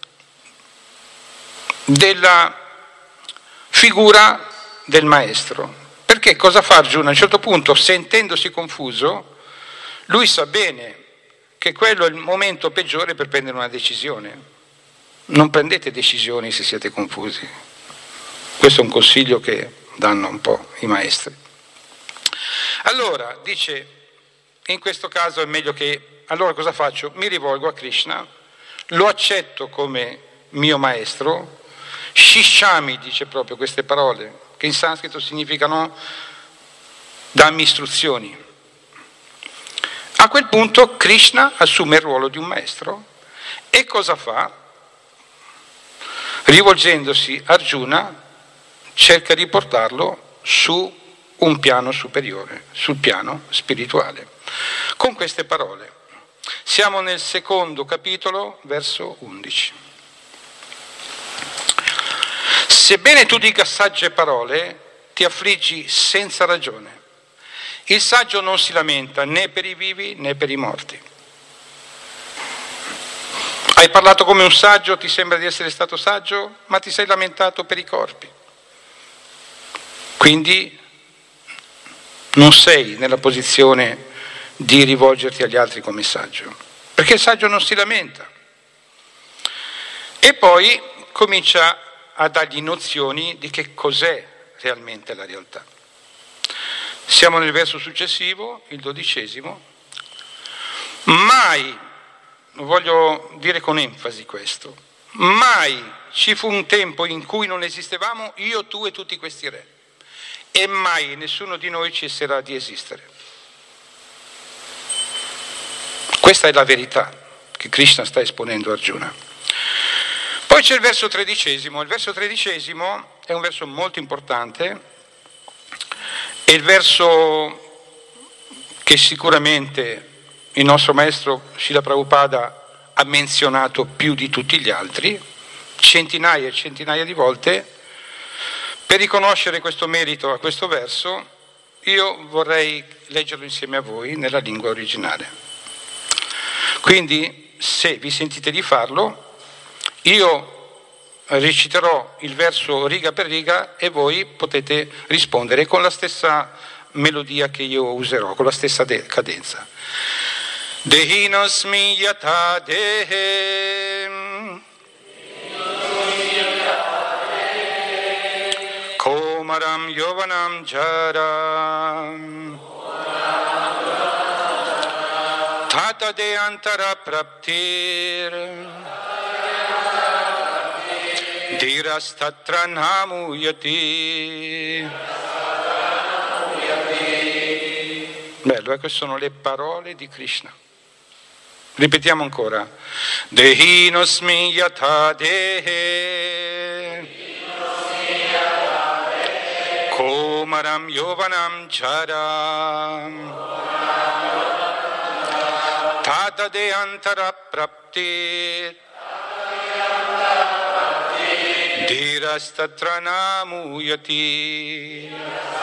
della figura del maestro. Perché cosa fa Arjuna? A un certo punto, sentendosi confuso, lui sa bene che quello è il momento peggiore per prendere una decisione. Non prendete decisioni se siete confusi. Questo è un consiglio che danno un po' i maestri. Allora, dice, in questo caso è meglio che... Allora cosa faccio? Mi rivolgo a Krishna, lo accetto come mio maestro. Shishami dice proprio queste parole, che in sanscrito significano dammi istruzioni. A quel punto Krishna assume il ruolo di un maestro e cosa fa? Rivolgendosi a Arjuna, cerca di portarlo su un piano superiore, sul piano spirituale. Con queste parole. Siamo nel secondo capitolo, verso undici. Sebbene tu dica sagge parole, ti affliggi senza ragione. Il saggio non si lamenta né per i vivi né per i morti. Hai parlato come un saggio, ti sembra di essere stato saggio, ma ti sei lamentato per i corpi. Quindi non sei nella posizione di rivolgerti agli altri come saggio, perché il saggio non si lamenta. E poi comincia a dargli nozioni di che cos'è realmente la realtà. Siamo nel verso successivo, il dodicesimo. Mai, voglio dire con enfasi questo, mai ci fu un tempo in cui non esistevamo io, tu e tutti questi re, e mai nessuno di noi cesserà di esistere. Questa è la verità che Krishna sta esponendo a Arjuna. Poi c'è il verso tredicesimo. Il verso tredicesimo è un verso molto importante, è il verso che sicuramente il nostro maestro Srila Prabhupada ha menzionato più di tutti gli altri, centinaia e centinaia di volte. Per riconoscere questo merito a questo verso, io vorrei leggerlo insieme a voi nella lingua originale. Quindi, se vi sentite di farlo, io reciterò il verso riga per riga e voi potete rispondere con la stessa melodia che io userò, con la stessa de- cadenza. Dehinosmi yatha dehem Komaram yovanam jaram Tata de antara praptir Dirastatra namuyati. Bello, eh? Queste sono le parole di Krishna. Ripetiamo ancora. Dehinosmi yatha dehe Komaram yovanam charam Tata de antara prapti Dirastatra namuyati.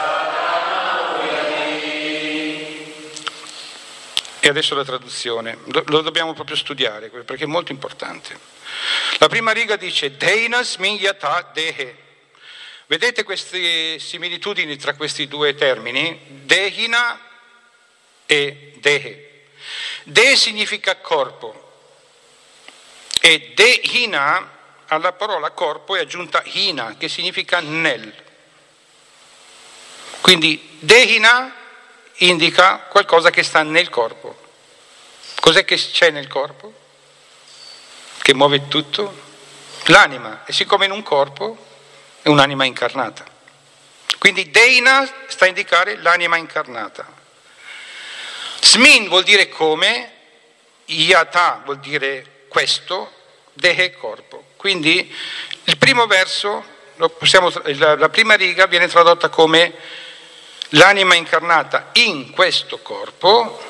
E adesso la traduzione, lo dobbiamo proprio studiare perché è molto importante. La prima riga dice Deinas min yatha dehe. Vedete queste similitudini tra questi due termini? Dehina e dehe. De significa corpo e dehina, alla parola corpo è aggiunta hina, che significa nel. Quindi dehina indica qualcosa che sta nel corpo. Cos'è che c'è nel corpo? Che muove tutto? L'anima. E siccome in un corpo è un'anima incarnata. Quindi Deina sta a indicare l'anima incarnata. Smin vuol dire come, Yata vuol dire questo, Dehe corpo. Quindi il primo verso, lo possiamo, la, la prima riga viene tradotta come l'anima incarnata in questo corpo,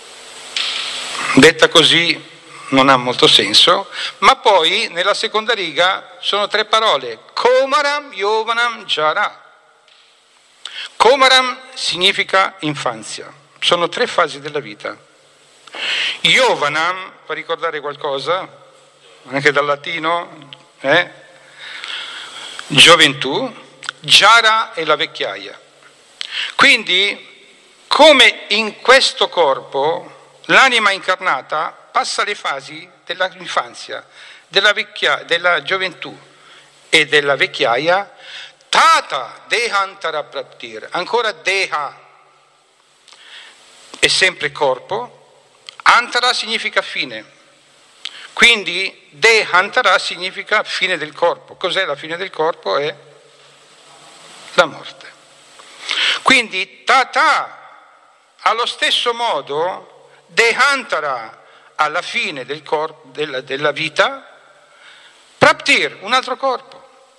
detta così non ha molto senso, ma poi nella seconda riga sono tre parole, Komaram, Yovanam, Jara. Komaram significa infanzia, sono tre fasi della vita. Yovanam, fa ricordare qualcosa, anche dal latino, eh? Gioventù, Jara è la vecchiaia. Quindi, come in questo corpo, l'anima incarnata passa le fasi dell'infanzia, della, vecchia, della gioventù e della vecchiaia, Tata Dehantara Praptir, ancora Deha è sempre corpo, Antara significa fine, quindi Dehantara significa fine del corpo. Cos'è la fine del corpo? È la morte. Quindi Tata, allo stesso modo, Dehantara, alla fine del corpo, della, della vita, Praptir, un altro corpo.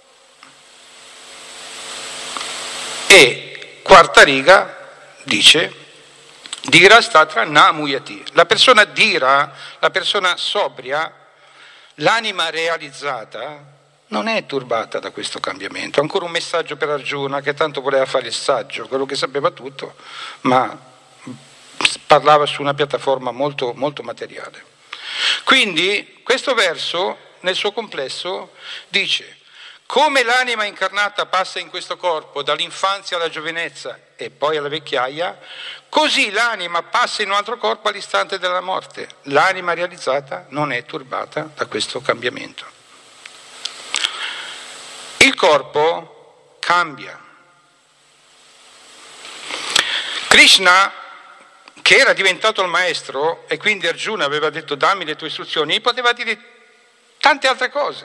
E quarta riga dice Dira statra namuyati. La persona dira, la persona sobria, l'anima realizzata non è turbata da questo cambiamento. Ancora un messaggio per Arjuna, che tanto voleva fare il saggio, quello che sapeva tutto, ma parlava su una piattaforma molto, molto materiale. Quindi questo verso nel suo complesso dice: come l'anima incarnata passa in questo corpo dall'infanzia alla giovinezza e poi alla vecchiaia, così l'anima passa in un altro corpo all'istante della morte. L'anima realizzata non è turbata da questo cambiamento. Il corpo cambia. Krishna, che era diventato il maestro e quindi Arjuna aveva detto dammi le tue istruzioni, poteva dire tante altre cose,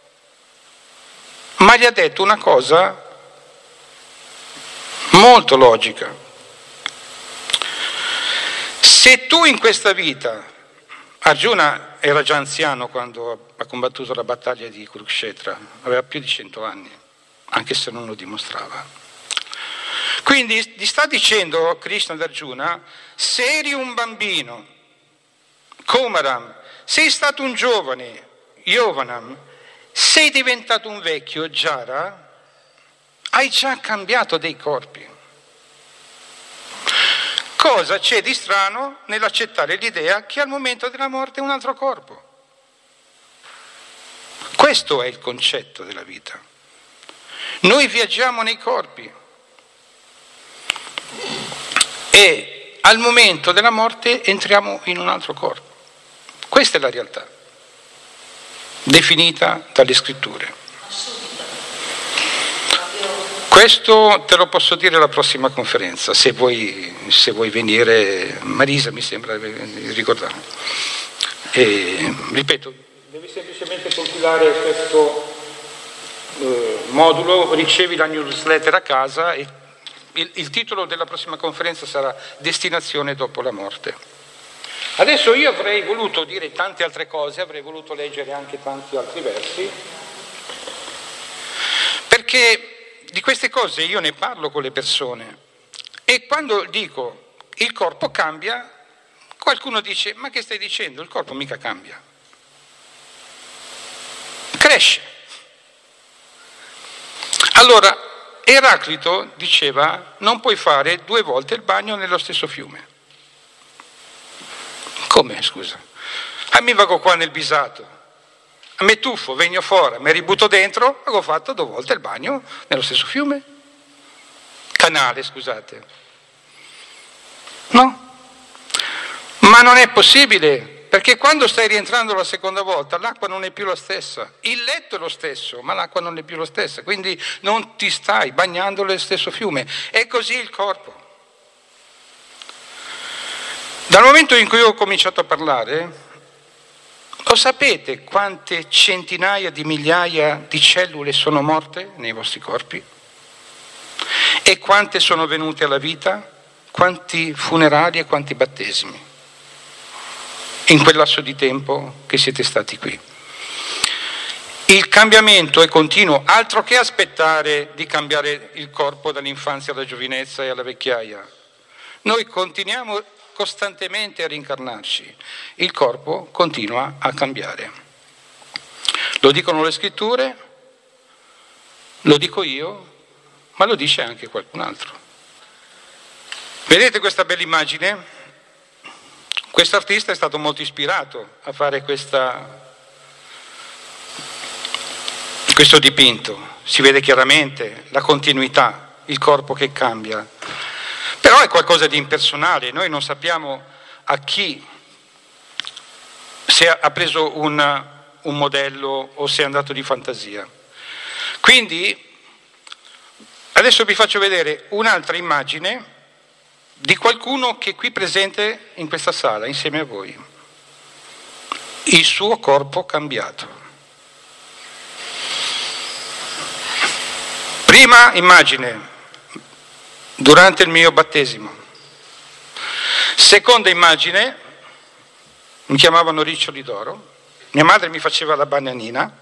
ma gli ha detto una cosa molto logica. Se tu in questa vita, Arjuna era già anziano quando ha combattuto la battaglia di Kurukshetra, aveva più di cento anni, anche se non lo dimostrava. Quindi gli sta dicendo Krishna ad Arjuna: se eri un bambino, Komaram, sei stato un giovane, Yovanam, sei diventato un vecchio, Jara, hai già cambiato dei corpi. Cosa c'è di strano nell'accettare l'idea che al momento della morte è un altro corpo? Questo è il concetto della vita. Noi viaggiamo nei corpi e al momento della morte entriamo in un altro corpo. Questa è la realtà, definita dalle scritture. Questo te lo posso dire alla prossima conferenza, se vuoi, se vuoi venire. Marisa mi sembra di ricordare. E, ripeto, devi semplicemente compilare questo eh, modulo, ricevi la newsletter a casa e il, il titolo della prossima conferenza sarà Destinazione dopo la morte. Adesso io avrei voluto dire tante altre cose, avrei voluto leggere anche tanti altri versi, perché di queste cose io ne parlo con le persone e quando dico il corpo cambia, qualcuno dice: ma che stai dicendo? Il corpo mica cambia, cresce. Allora Eraclito diceva: non puoi fare due volte il bagno nello stesso fiume. Come, scusa? A mi vago qua nel bisato, mi tuffo, vengo fuori, mi ributto dentro, ho fatto due volte il bagno nello stesso fiume. Canale, scusate. No? Ma non è possibile, perché quando stai rientrando la seconda volta l'acqua non è più la stessa. Il letto è lo stesso, ma l'acqua non è più la stessa, quindi non ti stai bagnando nello stesso fiume. È così il corpo. Dal momento in cui ho cominciato a parlare, lo sapete quante centinaia di migliaia di cellule sono morte nei vostri corpi? E quante sono venute alla vita? Quanti funerali e quanti battesimi in quel lasso di tempo che siete stati qui? Il cambiamento è continuo, altro che aspettare di cambiare il corpo dall'infanzia alla giovinezza e alla vecchiaia. Noi continuiamo costantemente a rincarnarci, il corpo continua a cambiare. Lo dicono le scritture, lo dico io, ma lo dice anche qualcun altro. Vedete questa bella immagine? Questo artista è stato molto ispirato a fare questa, questo dipinto. Si vede chiaramente la continuità, il corpo che cambia. Però è qualcosa di impersonale, noi non sappiamo a chi, se ha preso un, un modello o se è andato di fantasia. Quindi adesso vi faccio vedere un'altra immagine di qualcuno che è qui presente in questa sala insieme a voi. Il suo corpo cambiato. Prima immagine, durante il mio battesimo. Seconda immagine, mi chiamavano Riccioli d'Oro, mia madre mi faceva la bananina,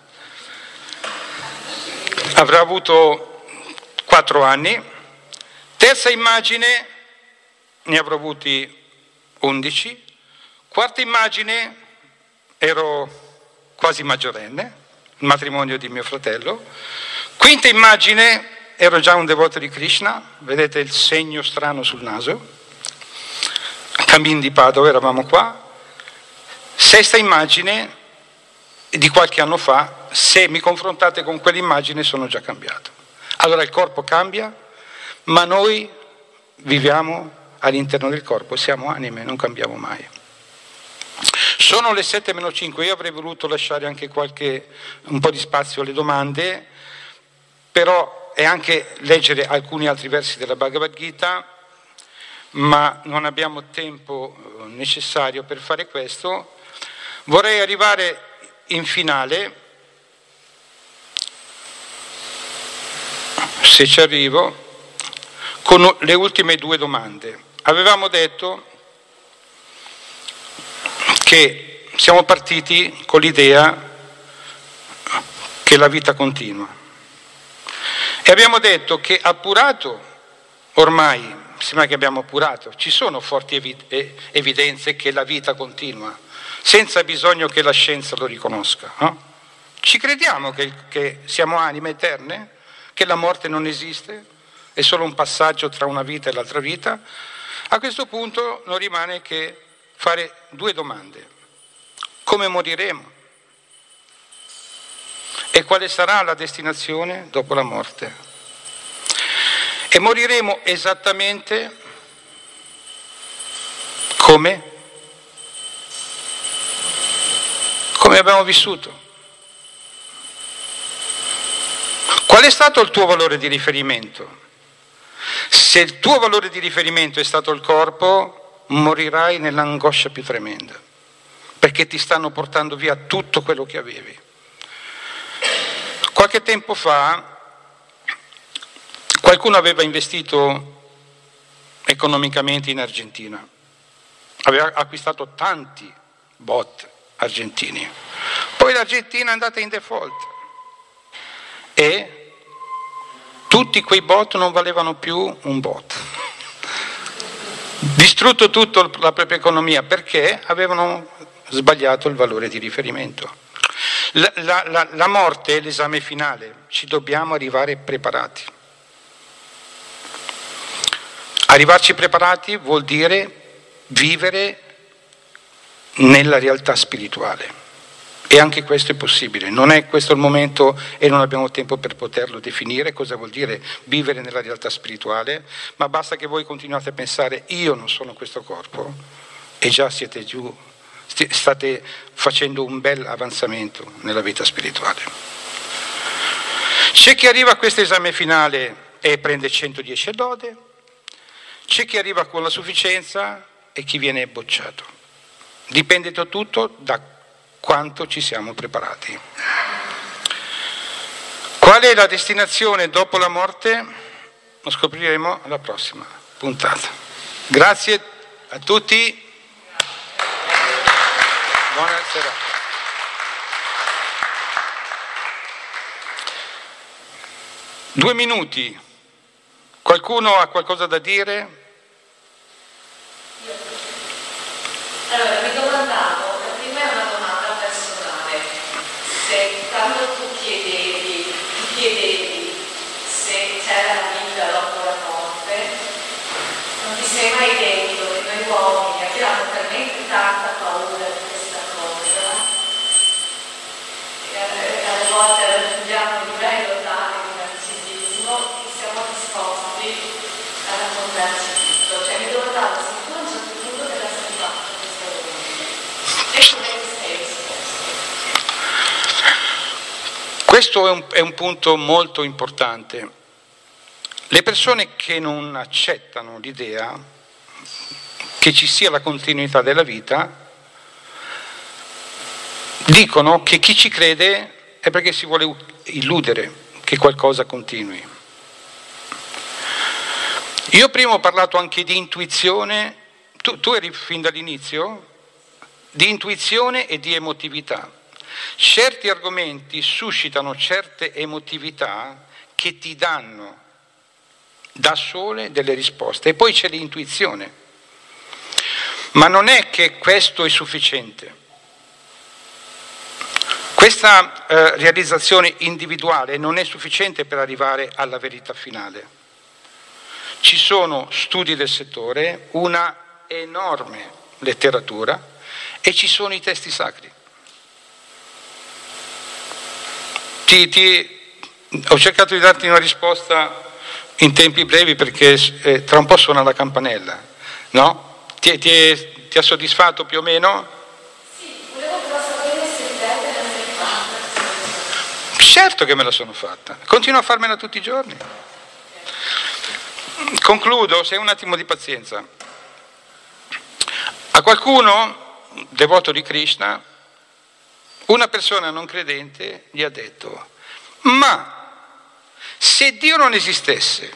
avrà avuto quattro anni. Terza immagine, ne avrò avuti undici. Quarta immagine, ero quasi maggiorenne, il matrimonio di mio fratello. Quinta immagine, ero già un devoto di Krishna, vedete il segno strano sul naso. Cammin di Padova, eravamo qua. Sesta immagine, di qualche anno fa, se mi confrontate con quell'immagine sono già cambiato. Allora il corpo cambia, ma noi viviamo all'interno del corpo, siamo anime, non cambiamo mai. Sono le sette meno cinque, io avrei voluto lasciare anche qualche, un po' di spazio alle domande, però e anche leggere alcuni altri versi della Bhagavad Gita, ma non abbiamo tempo necessario per fare questo. Vorrei arrivare in finale, se ci arrivo, con le ultime due domande. Avevamo detto che siamo partiti con l'idea che la vita continua. E abbiamo detto che appurato, ormai sembra che abbiamo appurato, ci sono forti evi- evidenze che la vita continua, senza bisogno che la scienza lo riconosca. No? Ci crediamo che, che siamo anime eterne, che la morte non esiste, è solo un passaggio tra una vita e l'altra vita? A questo punto non rimane che fare due domande. Come moriremo? E quale sarà la destinazione dopo la morte? E moriremo esattamente come? Come abbiamo vissuto. Qual è stato il tuo valore di riferimento? Se il tuo valore di riferimento è stato il corpo, morirai nell'angoscia più tremenda, perché ti stanno portando via tutto quello che avevi. Qualche tempo fa qualcuno aveva investito economicamente in Argentina, aveva acquistato tanti bot argentini, poi l'Argentina è andata in default e tutti quei bot non valevano più un bot, distrutto tutta la propria economia perché avevano sbagliato il valore di riferimento. La, la, la, la morte è l'esame finale, ci dobbiamo arrivare preparati. Arrivarci preparati vuol dire vivere nella realtà spirituale e anche questo è possibile. Non è questo il momento e non abbiamo tempo per poterlo definire cosa vuol dire vivere nella realtà spirituale, ma basta che voi continuate a pensare io non sono questo corpo e già siete giù, state facendo un bel avanzamento nella vita spirituale. C'è chi arriva a questo esame finale e prende centodieci lode, c'è chi arriva con la sufficienza e chi viene bocciato. Dipende tutto da quanto ci siamo preparati. Qual è la destinazione dopo la morte? Lo scopriremo alla prossima puntata. Grazie a tutti. Buona serata. Due minuti. Qualcuno ha qualcosa da dire? Allora, mi domandavo, la prima è una domanda personale, se quando tu chiedevi, ti chiedevi se c'era la vita dopo la morte, non ti sei mai detto che noi uomini abbiamo talmente tanta paura di questa cosa, e alle volte raggiungiamo un livello tale di narcisismo che siamo disposti a raccontarci tutto. Cioè mi domandavo se tu a un certo punto te la sei fatta questa domanda e come ti sei risposto. Questo è un, è un punto molto importante. Le persone che non accettano l'idea che ci sia la continuità della vita dicono che chi ci crede è perché si vuole illudere che qualcosa continui. Io prima ho parlato anche di intuizione, tu, tu eri fin dall'inizio, di intuizione e di emotività. Certi argomenti suscitano certe emotività che ti danno da sole delle risposte e poi c'è l'intuizione. Ma non è che questo è sufficiente. Questa eh, realizzazione individuale non è sufficiente per arrivare alla verità finale. Ci sono studi del settore, una enorme letteratura e ci sono i testi sacri. Ti, ti, ho cercato di darti una risposta in tempi brevi perché eh, tra un po' suona la campanella, no? Ti, ti, ti ha soddisfatto più o meno? Sì, volevo però sapere se te te la sei fatta. Certo che me la sono fatta, continuo a farmela tutti i giorni. Concludo, se hai un attimo di pazienza. A qualcuno, devoto di Krishna, una persona non credente gli ha detto: ma se Dio non esistesse,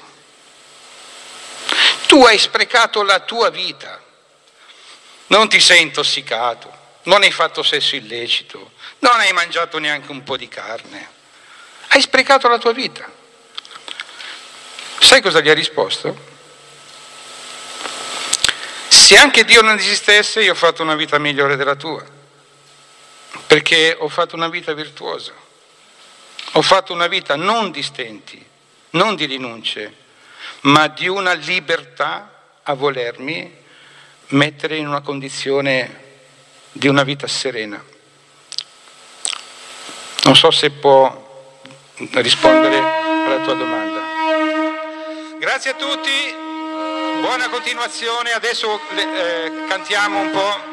tu hai sprecato la tua vita, non ti sei intossicato, non hai fatto sesso illecito, non hai mangiato neanche un po' di carne, hai sprecato la tua vita. Sai cosa gli ha risposto? Se anche Dio non esistesse, io ho fatto una vita migliore della tua, perché ho fatto una vita virtuosa, ho fatto una vita non di stenti, non di rinunce, ma di una libertà a volermi mettere in una condizione di una vita serena. Non so se può rispondere alla tua domanda. Grazie a tutti, buona continuazione, adesso eh, cantiamo un po'.